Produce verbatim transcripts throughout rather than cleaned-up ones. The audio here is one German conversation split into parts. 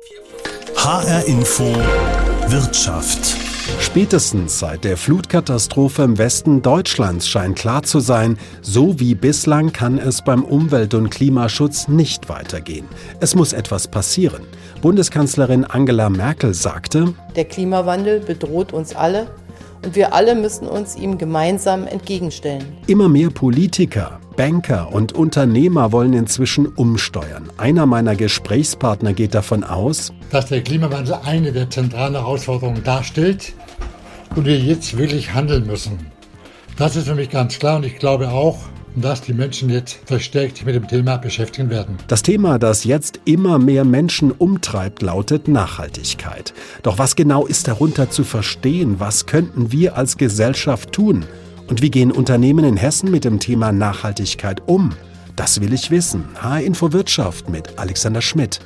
H R Info Wirtschaft. Spätestens seit der Flutkatastrophe im Westen Deutschlands scheint klar zu sein, so wie bislang kann es beim Umwelt- und Klimaschutz nicht weitergehen. Es muss etwas passieren. Bundeskanzlerin Angela Merkel sagte: Der Klimawandel bedroht uns alle und wir alle müssen uns ihm gemeinsam entgegenstellen. Immer mehr Politiker, Banker und Unternehmer wollen inzwischen umsteuern. Einer meiner Gesprächspartner geht davon aus, dass der Klimawandel eine der zentralen Herausforderungen darstellt und wir jetzt wirklich handeln müssen. Das ist für mich ganz klar und ich glaube auch, dass die Menschen jetzt verstärkt mit dem Thema beschäftigen werden. Das Thema, das jetzt immer mehr Menschen umtreibt, lautet Nachhaltigkeit. Doch was genau ist darunter zu verstehen? Was könnten wir als Gesellschaft tun? Und wie gehen Unternehmen in Hessen mit dem Thema Nachhaltigkeit um? Das will ich wissen. H R Info Wirtschaft mit Alexander Schmidt.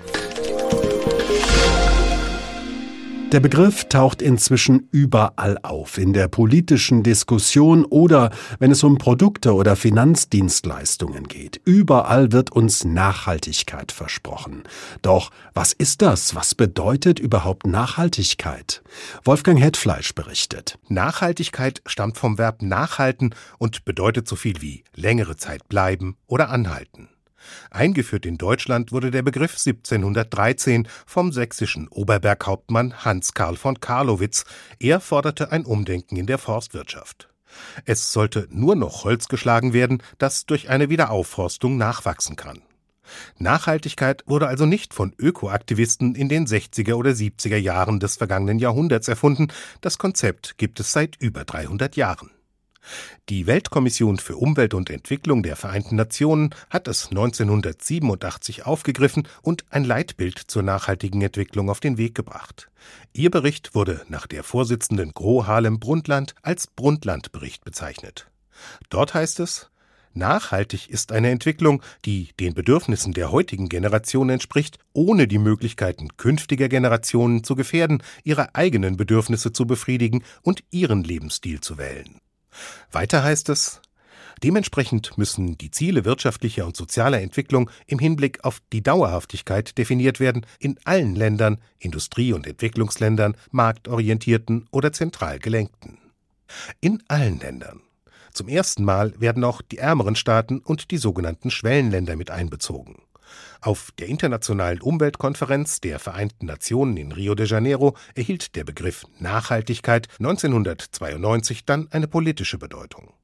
Der Begriff taucht inzwischen überall auf, in der politischen Diskussion oder wenn es um Produkte oder Finanzdienstleistungen geht. Überall wird uns Nachhaltigkeit versprochen. Doch was ist das? Was bedeutet überhaupt Nachhaltigkeit? Wolfgang Hetfleisch berichtet. Nachhaltigkeit stammt vom Verb nachhalten und bedeutet so viel wie längere Zeit bleiben oder anhalten. Eingeführt in Deutschland wurde der Begriff siebzehnhundertdreizehn vom sächsischen Oberberghauptmann Hans Karl von Carlowitz. Er forderte ein Umdenken in der Forstwirtschaft. Es sollte nur noch Holz geschlagen werden, das durch eine Wiederaufforstung nachwachsen kann. Nachhaltigkeit wurde also nicht von Ökoaktivisten in den sechziger oder siebziger Jahren des vergangenen Jahrhunderts erfunden. Das Konzept gibt es seit über dreihundert Jahren. Die Weltkommission für Umwelt und Entwicklung der Vereinten Nationen hat es neunzehnhundertsiebenundachtzig aufgegriffen und ein Leitbild zur nachhaltigen Entwicklung auf den Weg gebracht. Ihr Bericht wurde nach der Vorsitzenden Gro Harlem Brundtland als Brundtland-Bericht bezeichnet. Dort heißt es: Nachhaltig ist eine Entwicklung, die den Bedürfnissen der heutigen Generation entspricht, ohne die Möglichkeiten künftiger Generationen zu gefährden, ihre eigenen Bedürfnisse zu befriedigen und ihren Lebensstil zu wählen. Weiter heißt es: Dementsprechend müssen die Ziele wirtschaftlicher und sozialer Entwicklung im Hinblick auf die Dauerhaftigkeit definiert werden, in allen Ländern, Industrie- und Entwicklungsländern, marktorientierten oder zentral gelenkten. In allen Ländern. Zum ersten Mal werden auch die ärmeren Staaten und die sogenannten Schwellenländer mit einbezogen. Auf der Internationalen Umweltkonferenz der Vereinten Nationen in Rio de Janeiro erhielt der Begriff Nachhaltigkeit neunzehnhundertzweiundneunzig dann eine politische Bedeutung.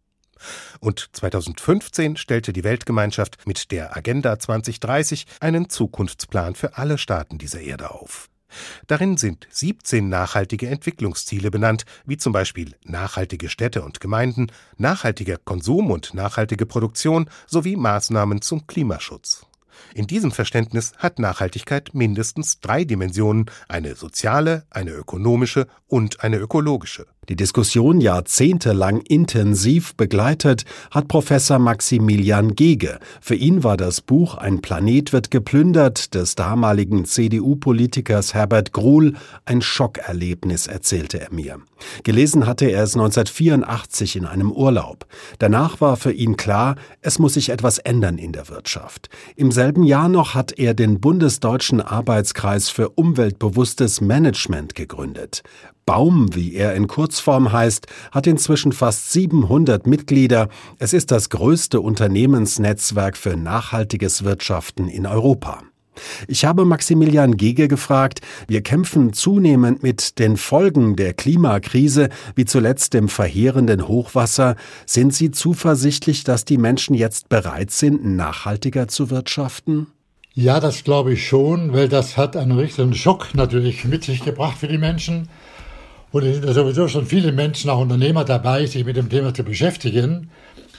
Und zweitausendfünfzehn stellte die Weltgemeinschaft mit der Agenda zwanzig dreißig einen Zukunftsplan für alle Staaten dieser Erde auf. Darin sind siebzehn nachhaltige Entwicklungsziele benannt, wie zum Beispiel nachhaltige Städte und Gemeinden, nachhaltiger Konsum und nachhaltige Produktion sowie Maßnahmen zum Klimaschutz. In diesem Verständnis hat Nachhaltigkeit mindestens drei Dimensionen: eine soziale, eine ökonomische und eine ökologische. Die Diskussion jahrzehntelang intensiv begleitet hat Professor Maximilian Gege. Für ihn war das Buch Ein Planet wird geplündert des damaligen C D U-Politikers Herbert Gruhl ein Schockerlebnis, erzählte er mir. Gelesen hatte er es neunzehnhundertvierundachtzig in einem Urlaub. Danach war für ihn klar, es muss sich etwas ändern in der Wirtschaft. Im selben Jahr noch hat er den Bundesdeutschen Arbeitskreis für umweltbewusstes Management gegründet. Baum, wie er in Kurzform heißt, hat inzwischen fast siebenhundert Mitglieder. Es ist das größte Unternehmensnetzwerk für nachhaltiges Wirtschaften in Europa. Ich habe Maximilian Gege gefragt, wir kämpfen zunehmend mit den Folgen der Klimakrise, wie zuletzt dem verheerenden Hochwasser. Sind Sie zuversichtlich, dass die Menschen jetzt bereit sind, nachhaltiger zu wirtschaften? Ja, das glaube ich schon, weil das hat einen richtigen Schock natürlich mit sich gebracht für die Menschen. Und es sind ja sowieso schon viele Menschen, auch Unternehmer dabei, sich mit dem Thema zu beschäftigen.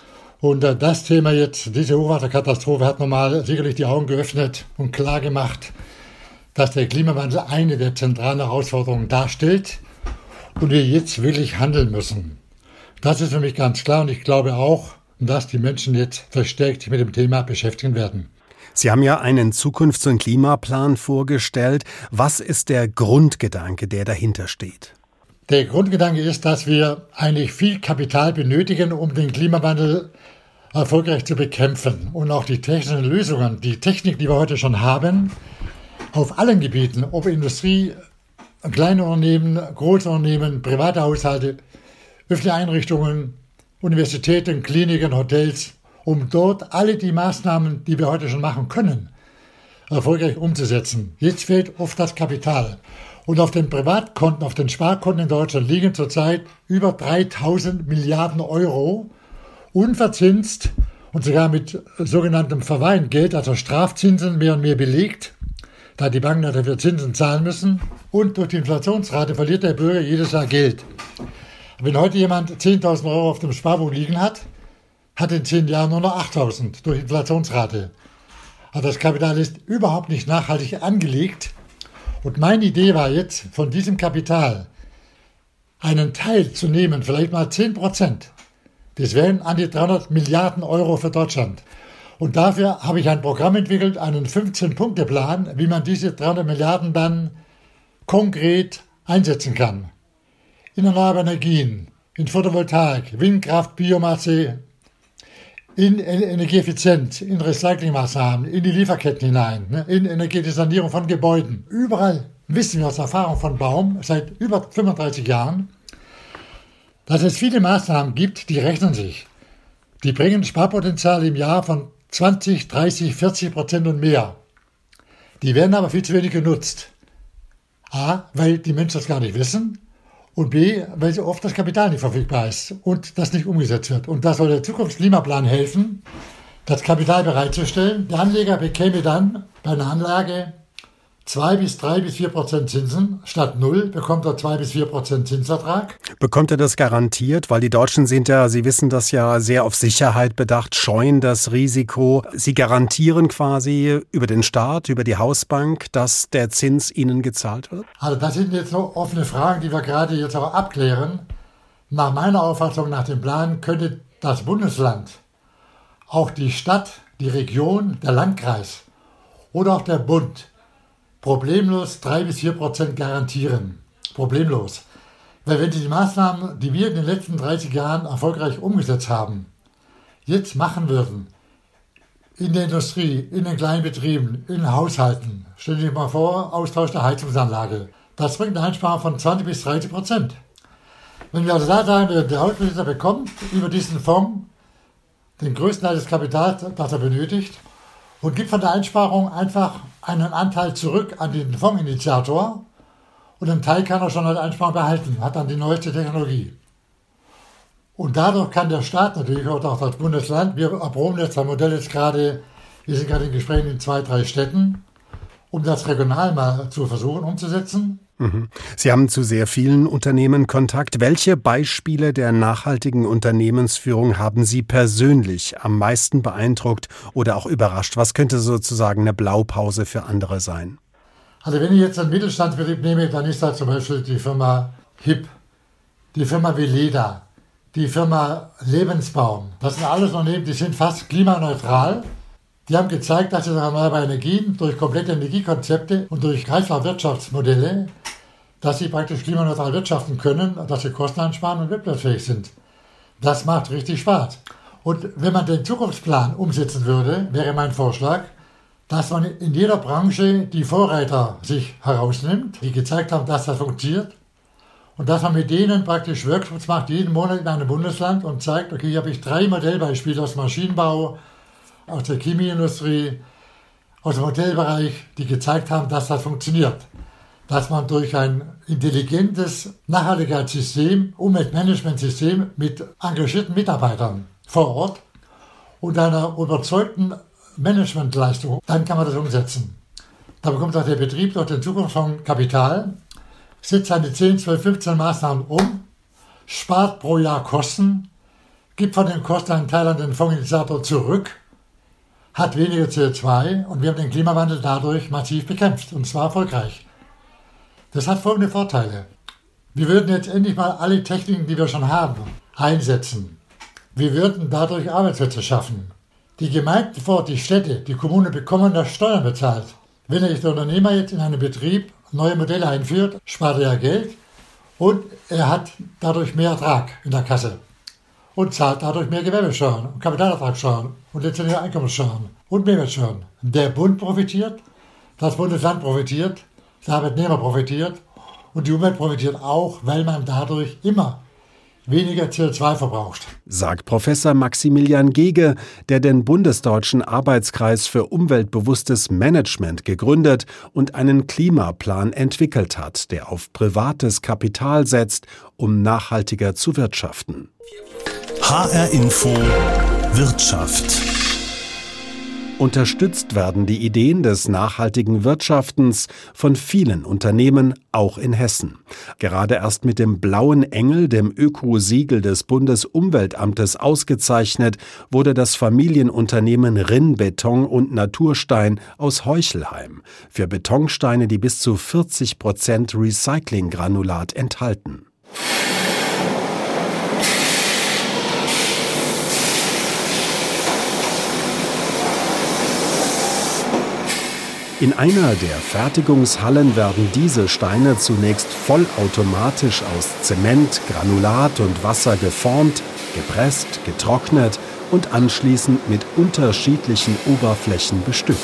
Und äh, das Thema jetzt, diese Hochwasserkatastrophe, hat nochmal sicherlich die Augen geöffnet und klar gemacht, dass der Klimawandel eine der zentralen Herausforderungen darstellt und wir jetzt wirklich handeln müssen. Das ist für mich ganz klar und ich glaube auch, dass die Menschen jetzt verstärkt mit dem Thema beschäftigen werden. Sie haben ja einen Zukunfts- und Klimaplan vorgestellt. Was ist der Grundgedanke, der dahinter steht? Der Grundgedanke ist, dass wir eigentlich viel Kapital benötigen, um den Klimawandel erfolgreich zu bekämpfen. Und auch die technischen Lösungen, die Technik, die wir heute schon haben, auf allen Gebieten, ob Industrie, kleine Unternehmen, große Unternehmen, private Haushalte, öffentliche Einrichtungen, Universitäten, Kliniken, Hotels, um dort alle die Maßnahmen, die wir heute schon machen können, erfolgreich umzusetzen. Jetzt fehlt oft das Kapital. Und auf den Privatkonten, auf den Sparkonten in Deutschland liegen zurzeit über dreitausend Milliarden Euro unverzinst und sogar mit sogenanntem Verweingeld, also Strafzinsen, mehr und mehr belegt, da die Banken dafür Zinsen zahlen müssen. Und durch die Inflationsrate verliert der Bürger jedes Jahr Geld. Wenn heute jemand zehntausend Euro auf dem Sparbuch liegen hat, hat in zehn Jahren nur noch achttausend durch Inflationsrate. Also das Kapital ist überhaupt nicht nachhaltig angelegt. Und meine Idee war jetzt, von diesem Kapital einen Teil zu nehmen, vielleicht mal zehn Prozent. Das wären an die dreihundert Milliarden Euro für Deutschland. Und dafür habe ich ein Programm entwickelt, einen fünfzehn-Punkte-Plan, wie man diese dreihundert Milliarden dann konkret einsetzen kann. In erneuerbare Energien, in Photovoltaik, Windkraft, Biomasse, in Energieeffizienz, in Recyclingmaßnahmen, in die Lieferketten hinein, in energetische Sanierung von Gebäuden. Überall wissen wir aus Erfahrung von Baum seit über fünfunddreißig Jahren, dass es viele Maßnahmen gibt, die rechnen sich. Die bringen Sparpotenzial im Jahr von zwanzig, dreißig, vierzig Prozent und mehr. Die werden aber viel zu wenig genutzt. A, weil die Menschen das gar nicht wissen. Und B, weil so oft das Kapital nicht verfügbar ist und das nicht umgesetzt wird. Und da soll der Zukunftsklimaplan helfen, das Kapital bereitzustellen. Der Anleger bekäme dann bei einer Anlage zwei bis drei bis vier Prozent Zinsen. Statt null bekommt er zwei bis vier Prozent Zinsertrag. Bekommt er das garantiert? Weil die Deutschen sind ja, Sie wissen das ja, sehr auf Sicherheit bedacht, scheuen das Risiko. Sie garantieren quasi über den Staat, über die Hausbank, dass der Zins Ihnen gezahlt wird? Also das sind jetzt so offene Fragen, die wir gerade jetzt aber abklären. Nach meiner Auffassung, nach dem Plan, könnte das Bundesland, auch die Stadt, die Region, der Landkreis oder auch der Bund problemlos drei bis vier Prozent garantieren. Problemlos. Weil wenn Sie die Maßnahmen, die wir in den letzten dreißig Jahren erfolgreich umgesetzt haben, jetzt machen würden, in der Industrie, in den kleinen Betrieben, in Haushalten, stellen Sie sich mal vor, Austausch der Heizungsanlage, das bringt eine Einsparung von zwanzig bis dreißig Prozent. Wenn wir also da sagen, der Hausbesitzer bekommt über diesen Fonds den größten Teil des Kapitals, das er benötigt, und gibt von der Einsparung einfach einen Anteil zurück an den Fondsinitiator und einen Teil kann er schon als Einsparung behalten, hat dann die neueste Technologie. Und dadurch kann der Staat natürlich oder auch das Bundesland, wir erproben jetzt das Modell jetzt gerade, wir sind gerade in Gesprächen in zwei, drei Städten, um das regional mal zu versuchen umzusetzen. Sie haben zu sehr vielen Unternehmen Kontakt. Welche Beispiele der nachhaltigen Unternehmensführung haben Sie persönlich am meisten beeindruckt oder auch überrascht? Was könnte sozusagen eine Blaupause für andere sein? Also wenn ich jetzt einen Mittelstandsbetrieb nehme, dann ist da zum Beispiel die Firma H I P, die Firma Veleda, die Firma Lebensbaum. Das sind alles Unternehmen, die sind fast klimaneutral. Die haben gezeigt, dass sie erneuerbare Energien durch komplette Energiekonzepte und durch Kreislaufwirtschaftsmodelle, dass sie praktisch klimaneutral wirtschaften können, dass sie Kosten einsparen und wettbewerbsfähig sind. Das macht richtig Spaß. Und wenn man den Zukunftsplan umsetzen würde, wäre mein Vorschlag, dass man in jeder Branche die Vorreiter sich herausnimmt, die gezeigt haben, dass das funktioniert, und dass man mit denen praktisch Workshops macht, jeden Monat in einem Bundesland und zeigt, okay, hier habe ich drei Modellbeispiele aus dem Maschinenbau, aus der Chemieindustrie, aus dem Hotelbereich, die gezeigt haben, dass das funktioniert. Dass man durch ein intelligentes Nachhaltigkeitssystem, Umweltmanagementsystem mit engagierten Mitarbeitern vor Ort und einer überzeugten Managementleistung, dann kann man das umsetzen. Da bekommt auch der Betrieb durch den Zukunftsfonds Kapital, setzt seine zehn, zwölf, fünfzehn Maßnahmen um, spart pro Jahr Kosten, gibt von den Kosten einen Teil an den Fondsinitiator zurück, hat weniger C O zwei und wir haben den Klimawandel dadurch massiv bekämpft und zwar erfolgreich. Das hat folgende Vorteile. Wir würden jetzt endlich mal alle Techniken, die wir schon haben, einsetzen. Wir würden dadurch Arbeitsplätze schaffen. Die Gemeinden vor Ort, die Städte, die Kommunen bekommen das Steuern bezahlt. Wenn der Unternehmer jetzt in einem Betrieb neue Modelle einführt, spart er Geld und er hat dadurch mehr Ertrag in der Kasse. Und zahlt dadurch mehr Gewerbesteuern und Kapitalertragssteuern und letztendlich Einkommenssteuern und Mehrwertsteuern. Der Bund profitiert, Das Bundesland profitiert, der Arbeitnehmer profitiert und die Umwelt profitiert auch, weil man dadurch immer weniger C O zwei verbraucht. Sagt Professor Maximilian Gege, der den Bundesdeutschen Arbeitskreis für umweltbewusstes Management gegründet und einen Klimaplan entwickelt hat, der auf privates Kapital setzt, um nachhaltiger zu wirtschaften. H R Info Wirtschaft. Unterstützt werden die Ideen des nachhaltigen Wirtschaftens von vielen Unternehmen, auch in Hessen. Gerade erst mit dem Blauen Engel, dem Ökosiegel des Bundesumweltamtes ausgezeichnet, wurde das Familienunternehmen Rinn-Beton und Naturstein aus Heuchelheim für Betonsteine, die bis zu vierzig Prozent Recyclinggranulat enthalten. In einer der Fertigungshallen werden diese Steine zunächst vollautomatisch aus Zement, Granulat und Wasser geformt, gepresst, getrocknet und anschließend mit unterschiedlichen Oberflächen bestückt.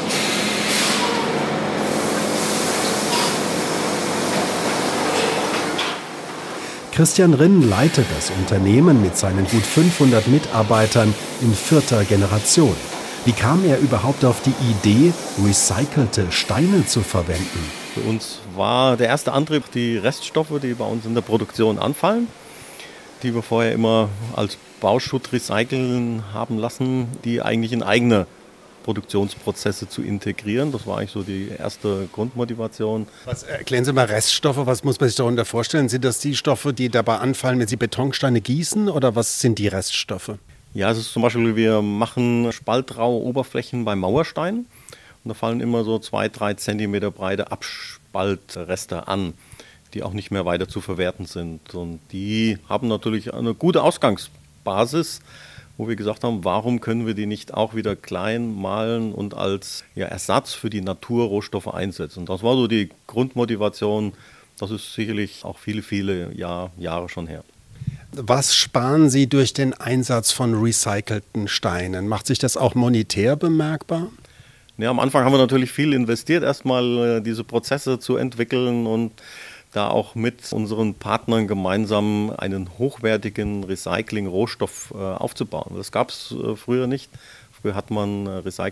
Christian Rinn leitet das Unternehmen mit seinen gut fünfhundert Mitarbeitern in vierter Generation. Wie kam er überhaupt auf die Idee, recycelte Steine zu verwenden? Für uns war der erste Antrieb die Reststoffe, die bei uns in der Produktion anfallen, die wir vorher immer als Bauschutt recyceln haben lassen, die eigentlich in eigene Produktionsprozesse zu integrieren. Das war eigentlich so die erste Grundmotivation. Was, erklären Sie mal Reststoffe, was muss man sich darunter vorstellen? Sind das die Stoffe, die dabei anfallen, wenn Sie Betonsteine gießen, oder was sind die Reststoffe? Ja, es ist zum Beispiel, wir machen spaltraue Oberflächen bei Mauersteinen und da fallen immer so zwei, drei Zentimeter breite Abspaltreste an, die auch nicht mehr weiter zu verwerten sind. Und die haben natürlich eine gute Ausgangsbasis, wo wir gesagt haben, warum können wir die nicht auch wieder klein malen und als ja, Ersatz für die Naturrohstoffe einsetzen. Das war so die Grundmotivation, das ist sicherlich auch viele, viele Jahr, Jahre schon her. Was sparen Sie durch den Einsatz von recycelten Steinen? Macht sich das auch monetär bemerkbar? Ja, am Anfang haben wir natürlich viel investiert, erstmal diese Prozesse zu entwickeln und da auch mit unseren Partnern gemeinsam einen hochwertigen Recycling-Rohstoff aufzubauen. Das gab es früher nicht. Früher hat man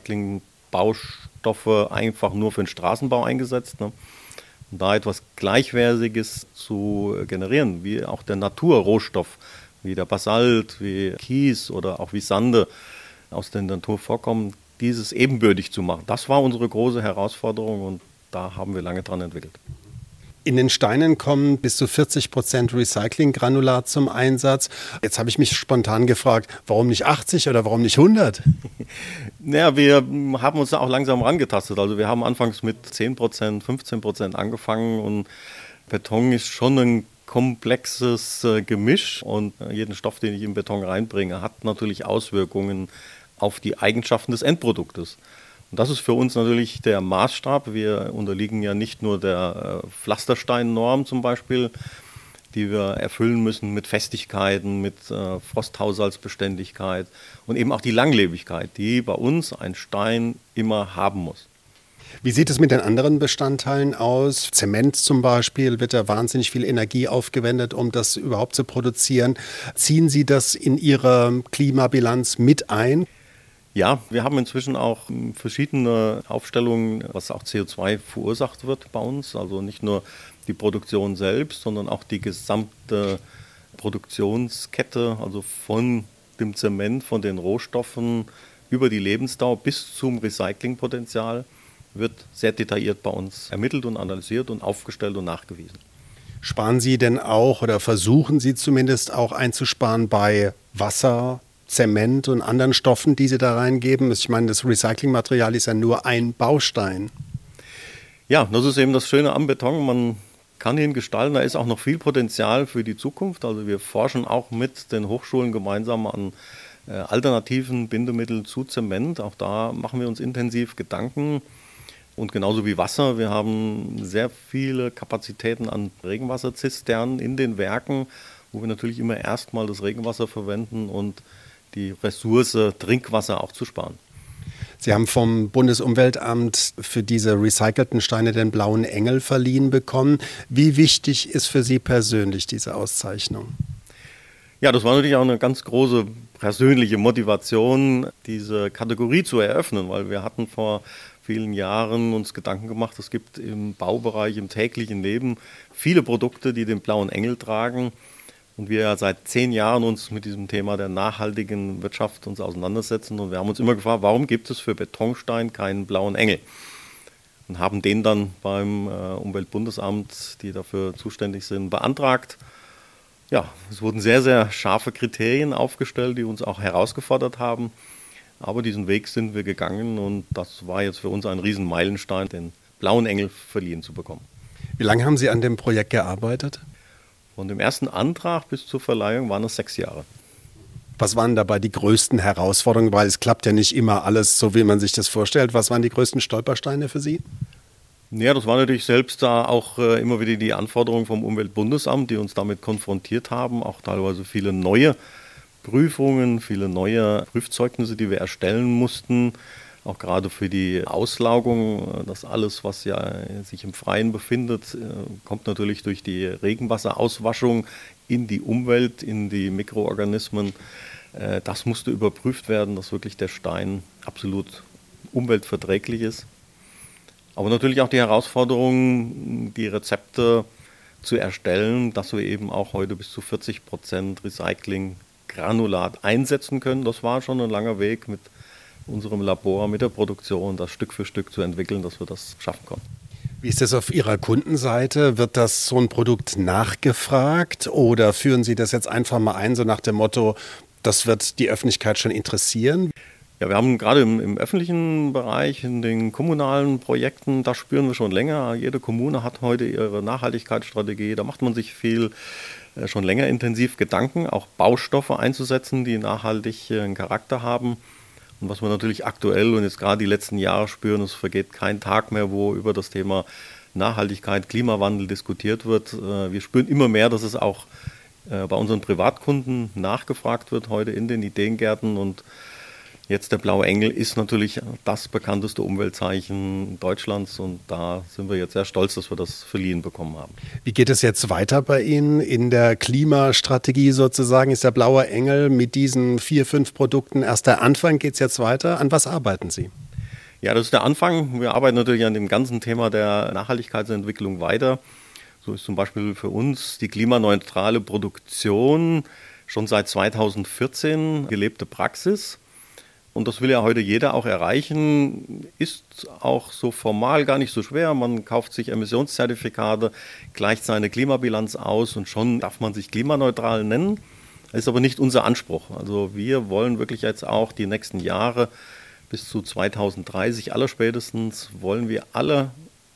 Recycling-Baustoffe einfach nur für den Straßenbau eingesetzt, ne? Da etwas Gleichwertiges zu generieren, wie auch der Naturrohstoff, wie der Basalt, wie Kies oder auch wie Sande aus der Natur vorkommen, dieses ebenbürtig zu machen. Das war unsere große Herausforderung und da haben wir lange dran entwickelt. In den Steinen kommen bis zu vierzig Prozent Recyclinggranulat zum Einsatz. Jetzt habe ich mich spontan gefragt, warum nicht achtzig oder warum nicht hundert? Naja, wir haben uns da auch langsam rangetastet. Also wir haben anfangs mit zehn Prozent, fünfzehn Prozent angefangen und Beton ist schon ein komplexes äh, Gemisch und äh, jeden Stoff, den ich in Beton reinbringe, hat natürlich Auswirkungen auf die Eigenschaften des Endproduktes. Und das ist für uns natürlich der Maßstab. Wir unterliegen ja nicht nur der äh, Pflastersteinnorm zum Beispiel, die wir erfüllen müssen mit Festigkeiten, mit äh, Frosthaushaltsbeständigkeit und eben auch die Langlebigkeit, die bei uns ein Stein immer haben muss. Wie sieht es mit den anderen Bestandteilen aus? Zement zum Beispiel, wird da wahnsinnig viel Energie aufgewendet, um das überhaupt zu produzieren. Ziehen Sie das in Ihre Klimabilanz mit ein? Ja, wir haben inzwischen auch verschiedene Aufstellungen, was auch C O zwei verursacht wird bei uns. Also nicht nur die Produktion selbst, sondern auch die gesamte Produktionskette, also von dem Zement, von den Rohstoffen über die Lebensdauer bis zum Recyclingpotenzial wird sehr detailliert bei uns ermittelt und analysiert und aufgestellt und nachgewiesen. Sparen Sie denn auch oder versuchen Sie zumindest auch einzusparen bei Wasser, Zement und anderen Stoffen, die Sie da reingeben? Ich meine, das Recyclingmaterial ist ja nur ein Baustein. Ja, das ist eben das Schöne am Beton. Man kann ihn gestalten. Da ist auch noch viel Potenzial für die Zukunft. Also wir forschen auch mit den Hochschulen gemeinsam an äh, alternativen Bindemitteln zu Zement. Auch da machen wir uns intensiv Gedanken. Und genauso wie Wasser. Wir haben sehr viele Kapazitäten an Regenwasserzisternen in den Werken, wo wir natürlich immer erstmal das Regenwasser verwenden und die Ressource Trinkwasser auch zu sparen. Sie haben vom Bundesumweltamt für diese recycelten Steine den Blauen Engel verliehen bekommen. Wie wichtig ist für Sie persönlich diese Auszeichnung? Ja, das war natürlich auch eine ganz große persönliche Motivation, diese Kategorie zu eröffnen, weil wir hatten vor vielen Jahren uns Gedanken gemacht, es gibt im Baubereich, im täglichen Leben viele Produkte, die den Blauen Engel tragen. Und wir ja seit zehn Jahren uns mit diesem Thema der nachhaltigen Wirtschaft uns auseinandersetzen. Und wir haben uns immer gefragt, warum gibt es für Betonstein keinen Blauen Engel? Und haben den dann beim äh, Umweltbundesamt, die dafür zuständig sind, beantragt. Ja, es wurden sehr, sehr scharfe Kriterien aufgestellt, die uns auch herausgefordert haben. Aber diesen Weg sind wir gegangen und das war jetzt für uns ein Riesenmeilenstein, den Blauen Engel verliehen zu bekommen. Wie lange haben Sie an dem Projekt gearbeitet? Von dem ersten Antrag bis zur Verleihung waren es sechs Jahre. Was waren dabei die größten Herausforderungen? Weil es klappt ja nicht immer alles so, wie man sich das vorstellt. Was waren die größten Stolpersteine für Sie? Ja, das war natürlich selbst da auch äh, immer wieder die Anforderungen vom Umweltbundesamt, die uns damit konfrontiert haben. Auch teilweise viele neue Prüfungen, viele neue Prüfzeugnisse, die wir erstellen mussten. Auch gerade für die Auslaugung, das alles, was ja sich im Freien befindet, kommt natürlich durch die Regenwasserauswaschung in die Umwelt, in die Mikroorganismen. Das musste überprüft werden, dass wirklich der Stein absolut umweltverträglich ist. Aber natürlich auch die Herausforderung, die Rezepte zu erstellen, dass wir eben auch heute bis zu vierzig Prozent Recycling-Granulat einsetzen können. Das war schon ein langer Weg mit unserem Labor, mit der Produktion, das Stück für Stück zu entwickeln, dass wir das schaffen konnten. Wie ist das auf Ihrer Kundenseite? Wird das so ein Produkt nachgefragt oder führen Sie das jetzt einfach mal ein, so nach dem Motto, das wird die Öffentlichkeit schon interessieren? Ja, wir haben gerade im, im öffentlichen Bereich, in den kommunalen Projekten, das spüren wir schon länger. Jede Kommune hat heute ihre Nachhaltigkeitsstrategie, da macht man sich viel äh, schon länger intensiv Gedanken, auch Baustoffe einzusetzen, die nachhaltig äh, einen Charakter haben. Und was wir natürlich aktuell und jetzt gerade die letzten Jahre spüren, es vergeht kein Tag mehr, wo über das Thema Nachhaltigkeit, Klimawandel diskutiert wird. Wir spüren immer mehr, dass es auch bei unseren Privatkunden nachgefragt wird, heute in den Ideengärten. Und jetzt der Blaue Engel ist natürlich das bekannteste Umweltzeichen Deutschlands und da sind wir jetzt sehr stolz, dass wir das verliehen bekommen haben. Wie geht es jetzt weiter bei Ihnen in der Klimastrategie sozusagen? Ist der Blaue Engel mit diesen vier, fünf Produkten erst der Anfang? Geht es jetzt weiter? An was arbeiten Sie? Ja, das ist der Anfang. Wir arbeiten natürlich an dem ganzen Thema der Nachhaltigkeitsentwicklung weiter. So ist zum Beispiel für uns die klimaneutrale Produktion schon seit zweitausendvierzehn gelebte Praxis. Und das will ja heute jeder auch erreichen, ist auch so formal gar nicht so schwer. Man kauft sich Emissionszertifikate, gleicht seine Klimabilanz aus und schon darf man sich klimaneutral nennen. Das ist aber nicht unser Anspruch. Also wir wollen wirklich jetzt auch die nächsten Jahre bis zu zweitausenddreißig allerspätestens wollen wir alle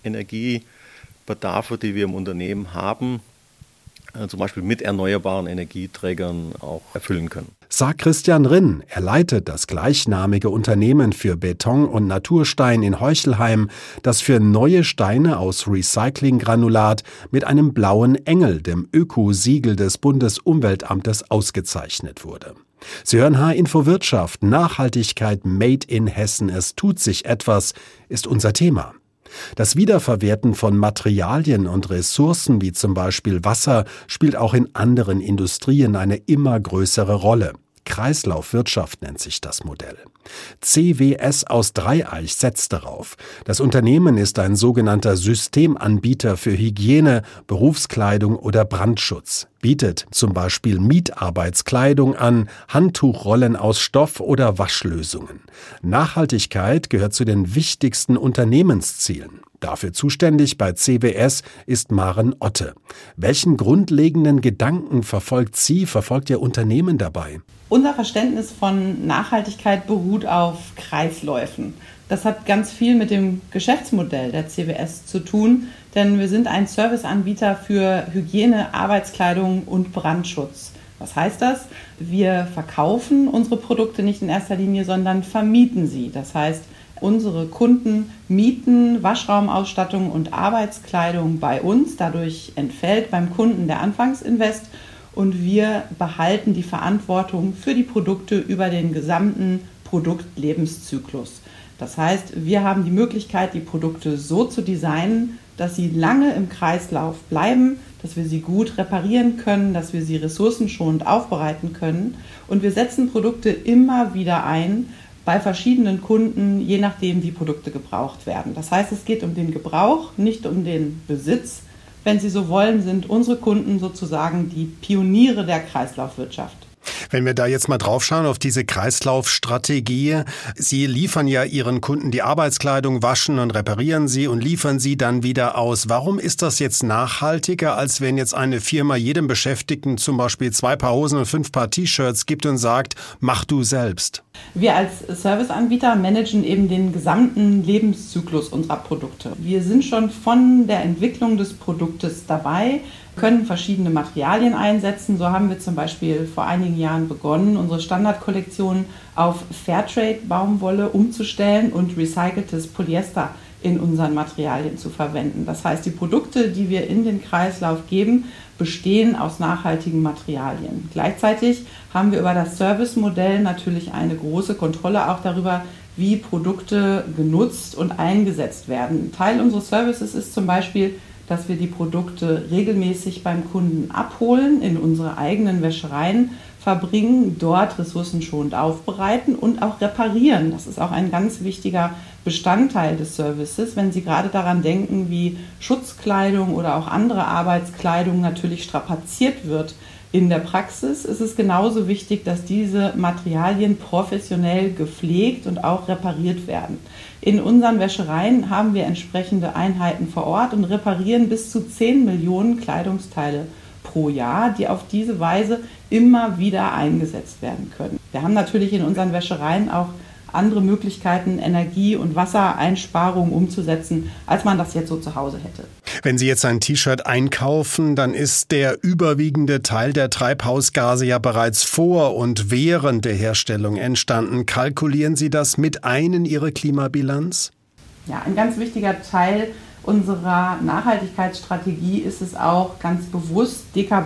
Energiebedarfe, die wir im Unternehmen haben, zum Beispiel mit erneuerbaren Energieträgern auch erfüllen können. Sagt Christian Rinn. Er leitet das gleichnamige Unternehmen für Beton und Naturstein in Heuchelheim, das für neue Steine aus Recyclinggranulat mit einem Blauen Engel, dem Öko-Siegel des Bundesumweltamtes, ausgezeichnet wurde. Sie hören H-Info Wirtschaft. Nachhaltigkeit made in Hessen. Es tut sich etwas, ist unser Thema. Das Wiederverwerten von Materialien und Ressourcen wie zum Beispiel Wasser spielt auch in anderen Industrien eine immer größere Rolle. Kreislaufwirtschaft nennt sich das Modell. C W S aus Dreieich setzt darauf. Das Unternehmen ist ein sogenannter Systemanbieter für Hygiene, Berufskleidung oder Brandschutz, bietet zum Beispiel Mietarbeitskleidung an, Handtuchrollen aus Stoff oder Waschlösungen. Nachhaltigkeit gehört zu den wichtigsten Unternehmenszielen. Dafür zuständig bei C W S ist Maren Otte. Welchen grundlegenden Gedanken verfolgt sie, verfolgt Ihr Unternehmen dabei? Unser Verständnis von Nachhaltigkeit beruht auf Kreisläufen. Das hat ganz viel mit dem Geschäftsmodell der C W S zu tun, denn wir sind ein Serviceanbieter für Hygiene, Arbeitskleidung und Brandschutz. Was heißt das? Wir verkaufen unsere Produkte nicht in erster Linie, sondern vermieten sie. Das heißt, unsere Kunden mieten Waschraumausstattung und Arbeitskleidung bei uns. Dadurch entfällt beim Kunden der Anfangsinvest und wir behalten die Verantwortung für die Produkte über den gesamten Produktlebenszyklus. Das heißt, wir haben die Möglichkeit, die Produkte so zu designen, dass sie lange im Kreislauf bleiben, dass wir sie gut reparieren können, dass wir sie ressourcenschonend aufbereiten können. Und wir setzen Produkte immer wieder ein bei verschiedenen Kunden, je nachdem, wie Produkte gebraucht werden. Das heißt, es geht um den Gebrauch, nicht um den Besitz. Wenn Sie so wollen, sind unsere Kunden sozusagen die Pioniere der Kreislaufwirtschaft. Wenn wir da jetzt mal drauf schauen auf diese Kreislaufstrategie, Sie liefern ja Ihren Kunden die Arbeitskleidung, waschen und reparieren sie und liefern sie dann wieder aus. Warum ist das jetzt nachhaltiger, als wenn jetzt eine Firma jedem Beschäftigten zum Beispiel zwei Paar Hosen und fünf Paar T-Shirts gibt und sagt, mach du selbst? Wir als Serviceanbieter managen eben den gesamten Lebenszyklus unserer Produkte. Wir sind schon von der Entwicklung des Produktes dabei, können verschiedene Materialien einsetzen. So haben wir zum Beispiel vor einigen Jahren begonnen, unsere Standardkollektion auf Fairtrade-Baumwolle umzustellen und recyceltes Polyester in unseren Materialien zu verwenden. Das heißt, die Produkte, die wir in den Kreislauf geben, bestehen aus nachhaltigen Materialien. Gleichzeitig haben wir über das Servicemodell natürlich eine große Kontrolle auch darüber, wie Produkte genutzt und eingesetzt werden. Teil unseres Services ist zum Beispiel, dass wir die Produkte regelmäßig beim Kunden abholen, in unsere eigenen Wäschereien verbringen, dort ressourcenschonend aufbereiten und auch reparieren. Das ist auch ein ganz wichtiger Bestandteil des Services, wenn Sie gerade daran denken, wie Schutzkleidung oder auch andere Arbeitskleidung natürlich strapaziert wird. In der Praxis ist es genauso wichtig, dass diese Materialien professionell gepflegt und auch repariert werden. In unseren Wäschereien haben wir entsprechende Einheiten vor Ort und reparieren bis zu zehn Millionen Kleidungsteile pro Jahr, die auf diese Weise immer wieder eingesetzt werden können. Wir haben natürlich in unseren Wäschereien auch andere Möglichkeiten, Energie- und Wassereinsparungen umzusetzen, als man das jetzt so zu Hause hätte. Wenn Sie jetzt ein T-Shirt einkaufen, dann ist der überwiegende Teil der Treibhausgase ja bereits vor und während der Herstellung entstanden. Kalkulieren Sie das mit ein in Ihre Klimabilanz? Ja, ein ganz wichtiger Teil unserer Nachhaltigkeitsstrategie ist es auch, ganz bewusst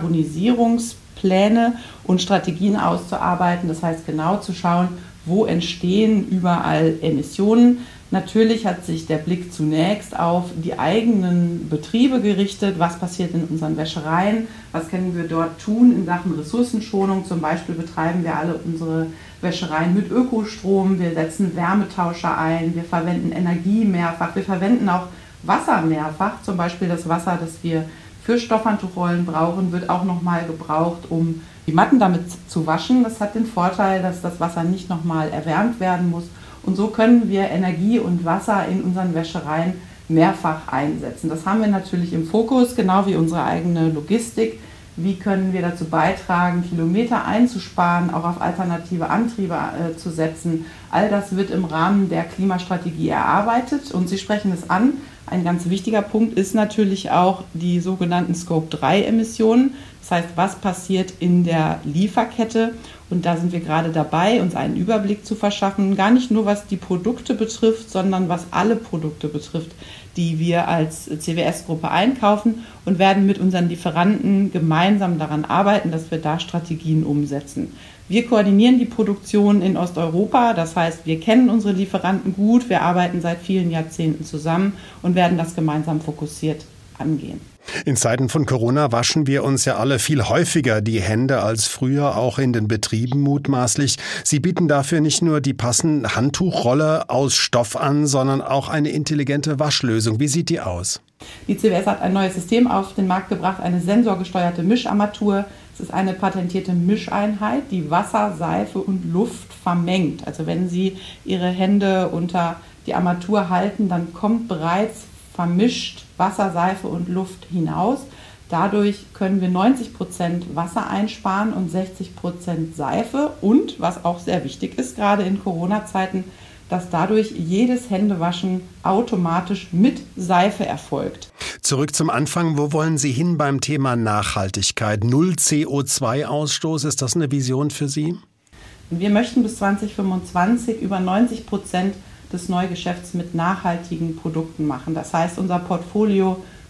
Dekarbonisierungspläne und Strategien auszuarbeiten. Das heißt, genau zu schauen, wo entstehen überall Emissionen. Natürlich hat sich der Blick zunächst auf die eigenen Betriebe gerichtet. Was passiert in unseren Wäschereien? Was können wir dort tun in Sachen Ressourcenschonung? Zum Beispiel betreiben wir alle unsere Wäschereien mit Ökostrom. Wir setzen Wärmetauscher ein. Wir verwenden Energie mehrfach. Wir verwenden auch Wasser mehrfach. Zum Beispiel das Wasser, das wir für Stoffhandtuchrollen brauchen, wird auch nochmal gebraucht, um die Matten damit zu waschen. Das hat den Vorteil, dass das Wasser nicht nochmal erwärmt werden muss. Und so können wir Energie und Wasser in unseren Wäschereien mehrfach einsetzen. Das haben wir natürlich im Fokus, genau wie unsere eigene Logistik. Wie können wir dazu beitragen, Kilometer einzusparen, auch auf alternative Antriebe äh, zu setzen? All das wird im Rahmen der Klimastrategie erarbeitet. Und Sie sprechen es an. Ein ganz wichtiger Punkt ist natürlich auch die sogenannten Scope drei Emissionen. Das heißt, was passiert in der Lieferkette? Und da sind wir gerade dabei, uns einen Überblick zu verschaffen. Gar nicht nur, was die Produkte betrifft, sondern was alle Produkte betrifft, die wir als C W S-Gruppe einkaufen, und werden mit unseren Lieferanten gemeinsam daran arbeiten, dass wir da Strategien umsetzen. Wir koordinieren die Produktion in Osteuropa, das heißt, wir kennen unsere Lieferanten gut, wir arbeiten seit vielen Jahrzehnten zusammen und werden das gemeinsam fokussiert angehen. In Zeiten von Corona waschen wir uns ja alle viel häufiger die Hände als früher, auch in den Betrieben mutmaßlich. Sie bieten dafür nicht nur die passende Handtuchrolle aus Stoff an, sondern auch eine intelligente Waschlösung. Wie sieht die aus? Die C W S hat ein neues System auf den Markt gebracht, eine sensorgesteuerte Mischarmatur. Es ist eine patentierte Mischeinheit, die Wasser, Seife und Luft vermengt. Also wenn Sie Ihre Hände unter die Armatur halten, dann kommt bereits vermischt Wasser, Seife und Luft hinaus. Dadurch können wir neunzig Prozent Wasser einsparen und sechzig Prozent Seife. Und, was auch sehr wichtig ist, gerade in Corona-Zeiten, dass dadurch jedes Händewaschen automatisch mit Seife erfolgt. Zurück zum Anfang. Wo wollen Sie hin beim Thema Nachhaltigkeit? Null C O zwei Ausstoß, ist das eine Vision für Sie? Wir möchten bis zwanzig fünfundzwanzig über neunzig Prozent des Neugeschäfts mit nachhaltigen Produkten machen. Das heißt, unser Portfolio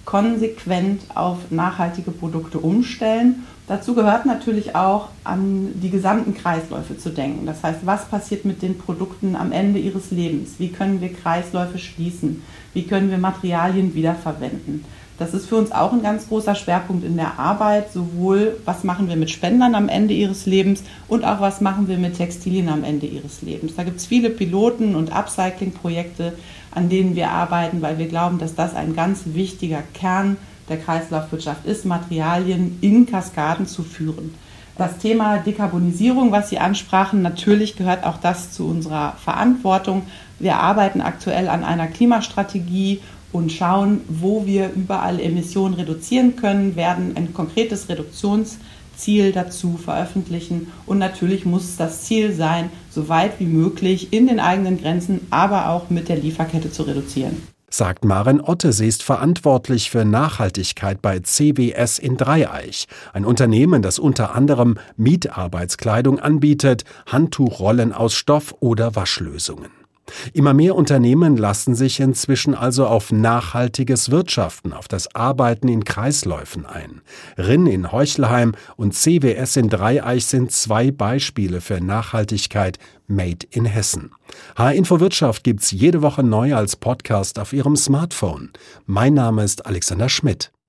konsequent auf nachhaltige Produkte umstellen. Dazu gehört natürlich auch, an die gesamten Kreisläufe zu denken. Das heißt, was passiert mit den Produkten am Ende ihres Lebens? Wie können wir Kreisläufe schließen? Wie können wir Materialien wiederverwenden? Das ist für uns auch ein ganz großer Schwerpunkt in der Arbeit, sowohl was machen wir mit Spendern am Ende ihres Lebens und auch was machen wir mit Textilien am Ende ihres Lebens. Da gibt es viele Piloten und Upcycling-Projekte, an denen wir arbeiten, weil wir glauben, dass das ein ganz wichtiger Kern der Kreislaufwirtschaft ist, Materialien in Kaskaden zu führen. Das Thema Dekarbonisierung, was Sie ansprachen, natürlich gehört auch das zu unserer Verantwortung. Wir arbeiten aktuell an einer Klimastrategie und schauen, wo wir überall Emissionen reduzieren können, werden ein konkretes Reduktionsziel dazu veröffentlichen. Und natürlich muss das Ziel sein, so weit wie möglich in den eigenen Grenzen, aber auch mit der Lieferkette zu reduzieren. Sagt Maren Otte, sie ist verantwortlich für Nachhaltigkeit bei C W S in Dreieich, ein Unternehmen, das unter anderem Mietarbeitskleidung anbietet, Handtuchrollen aus Stoff oder Waschlösungen. Immer mehr Unternehmen lassen sich inzwischen also auf nachhaltiges Wirtschaften, auf das Arbeiten in Kreisläufen ein. Rinn in Heuchelheim und C W S in Dreieich sind zwei Beispiele für Nachhaltigkeit made in Hessen. H R Info Wirtschaft gibt's jede Woche neu als Podcast auf Ihrem Smartphone. Mein Name ist Alexander Schmidt.